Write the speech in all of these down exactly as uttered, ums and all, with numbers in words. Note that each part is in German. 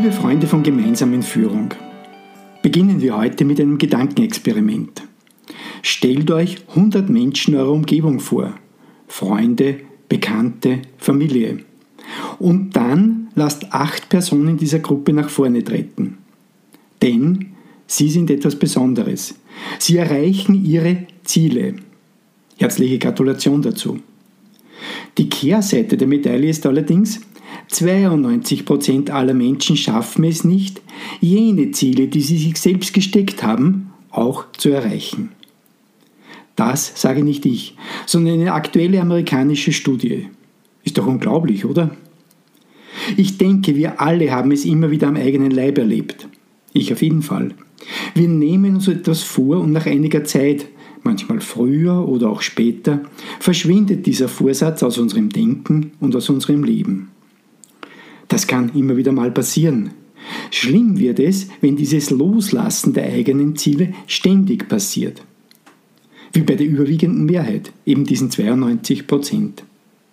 Liebe Freunde von gemeinsamen Führung, beginnen wir heute mit einem Gedankenexperiment. Stellt euch hundert Menschen eurer Umgebung vor, Freunde, Bekannte, Familie. Und dann lasst acht Personen dieser Gruppe nach vorne treten. Denn sie sind etwas Besonderes. Sie erreichen ihre Ziele. Herzliche Gratulation dazu. Die Kehrseite der Medaille ist allerdings, zweiundneunzig Prozent aller Menschen schaffen es nicht, jene Ziele, die sie sich selbst gesteckt haben, auch zu erreichen. Das sage nicht ich, sondern eine aktuelle amerikanische Studie. Ist doch unglaublich, oder? Ich denke, wir alle haben es immer wieder am eigenen Leib erlebt. Ich auf jeden Fall. Wir nehmen uns etwas vor und nach einiger Zeit, manchmal früher oder auch später, verschwindet dieser Vorsatz aus unserem Denken und aus unserem Leben. Das kann immer wieder mal passieren. Schlimm wird es, wenn dieses Loslassen der eigenen Ziele ständig passiert. Wie bei der überwiegenden Mehrheit, eben diesen zweiundneunzig Prozent.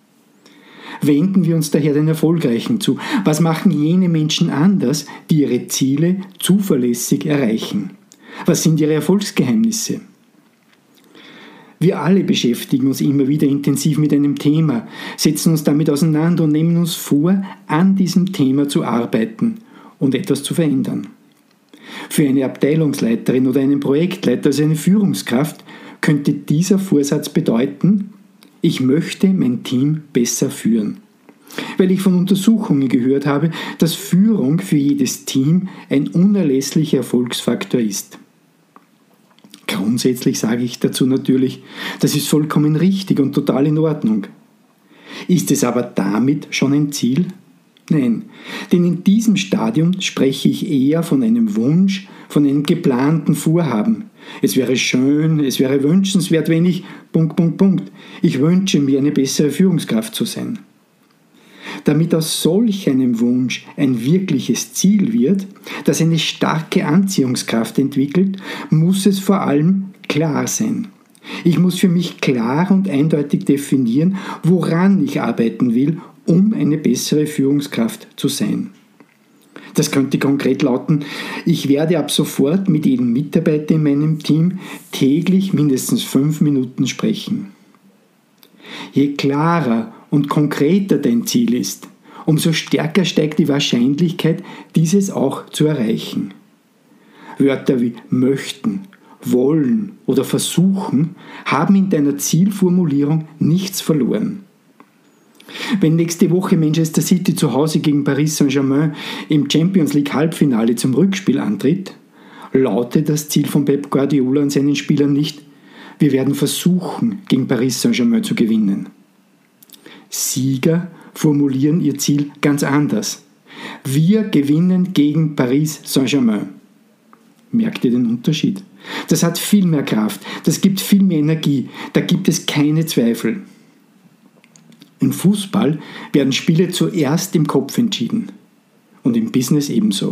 Wenden wir uns daher den Erfolgreichen zu. Was machen jene Menschen anders, die ihre Ziele zuverlässig erreichen? Was sind ihre Erfolgsgeheimnisse? Wir alle beschäftigen uns immer wieder intensiv mit einem Thema, setzen uns damit auseinander und nehmen uns vor, an diesem Thema zu arbeiten und etwas zu verändern. Für eine Abteilungsleiterin oder einen Projektleiter, also eine Führungskraft, könnte dieser Vorsatz bedeuten, ich möchte mein Team besser führen. Weil ich von Untersuchungen gehört habe, dass Führung für jedes Team ein unerlässlicher Erfolgsfaktor ist. Grundsätzlich sage ich dazu natürlich, das ist vollkommen richtig und total in Ordnung. Ist es aber damit schon ein Ziel? Nein, denn in diesem Stadium spreche ich eher von einem Wunsch, von einem geplanten Vorhaben. Es wäre schön, es wäre wünschenswert, wenn ich, Punkt, Punkt, Punkt, ich wünsche mir eine bessere Führungskraft zu sein. Damit aus solch einem Wunsch ein wirkliches Ziel wird, das eine starke Anziehungskraft entwickelt, muss es vor allem klar sein. Ich muss für mich klar und eindeutig definieren, woran ich arbeiten will, um eine bessere Führungskraft zu sein. Das könnte konkret lauten, ich werde ab sofort mit jedem Mitarbeiter in meinem Team täglich mindestens fünf Minuten sprechen. Je klarer und konkreter dein Ziel ist, umso stärker steigt die Wahrscheinlichkeit, dieses auch zu erreichen. Wörter wie möchten, wollen oder versuchen haben in deiner Zielformulierung nichts verloren. Wenn nächste Woche Manchester City zu Hause gegen Paris Saint-Germain im Champions League Halbfinale zum Rückspiel antritt, lautet das Ziel von Pep Guardiola und seinen Spielern nicht, wir werden versuchen, gegen Paris Saint-Germain zu gewinnen. Sieger formulieren ihr Ziel ganz anders. Wir gewinnen gegen Paris Saint-Germain. Merkt ihr den Unterschied? Das hat viel mehr Kraft, das gibt viel mehr Energie, da gibt es keine Zweifel. Im Fußball werden Spiele zuerst im Kopf entschieden und im Business ebenso.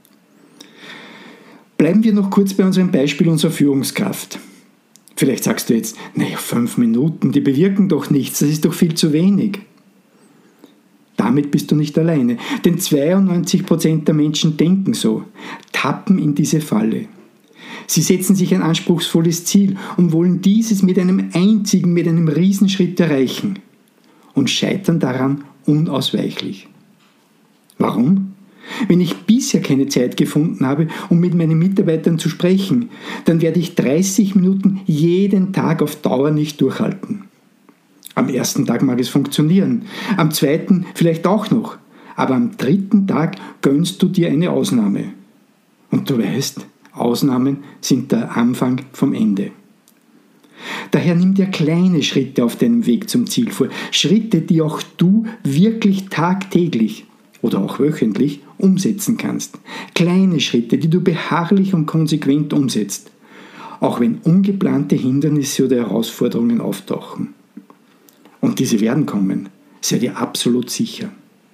Bleiben wir noch kurz bei unserem Beispiel unserer Führungskraft. Vielleicht sagst du jetzt, naja, fünf Minuten, die bewirken doch nichts, das ist doch viel zu wenig. Damit bist du nicht alleine, denn zweiundneunzig Prozent der Menschen denken so, tappen in diese Falle. Sie setzen sich ein anspruchsvolles Ziel und wollen dieses mit einem einzigen, mit einem Riesenschritt erreichen und scheitern daran unausweichlich. Warum? Wenn ich bisher keine Zeit gefunden habe, um mit meinen Mitarbeitern zu sprechen, dann werde ich dreißig Minuten jeden Tag auf Dauer nicht durchhalten. Am ersten Tag mag es funktionieren, am zweiten vielleicht auch noch, aber am dritten Tag gönnst du dir eine Ausnahme. Und du weißt, Ausnahmen sind der Anfang vom Ende. Daher nimm dir kleine Schritte auf deinem Weg zum Ziel vor, Schritte, die auch du wirklich tagtäglich oder auch wöchentlich umsetzen kannst. Kleine Schritte, die du beharrlich und konsequent umsetzt, auch wenn ungeplante Hindernisse oder Herausforderungen auftauchen. Und diese werden kommen, sei dir absolut sicher.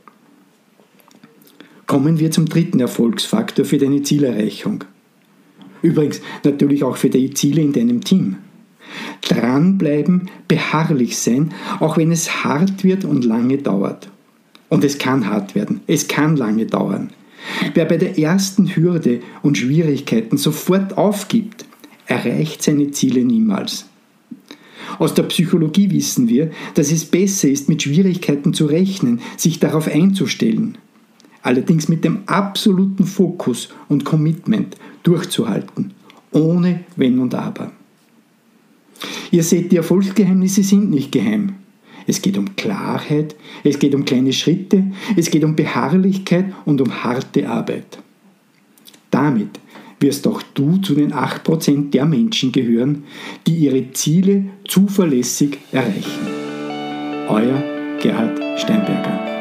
Kommen wir zum dritten Erfolgsfaktor für deine Zielerreichung. Übrigens natürlich auch für die Ziele in deinem Team. Dranbleiben, beharrlich sein, auch wenn es hart wird und lange dauert. Und es kann hart werden, es kann lange dauern. Wer bei der ersten Hürde und Schwierigkeiten sofort aufgibt, erreicht seine Ziele niemals. Aus der Psychologie wissen wir, dass es besser ist, mit Schwierigkeiten zu rechnen, sich darauf einzustellen. Allerdings mit dem absoluten Fokus und Commitment durchzuhalten, ohne Wenn und Aber. Ihr seht, die Erfolgsgeheimnisse sind nicht geheim. Es geht um Klarheit, es geht um kleine Schritte, es geht um Beharrlichkeit und um harte Arbeit. Damit wirst auch du zu den acht Prozent der Menschen gehören, die ihre Ziele zuverlässig erreichen. Euer Gerhard Steinberger.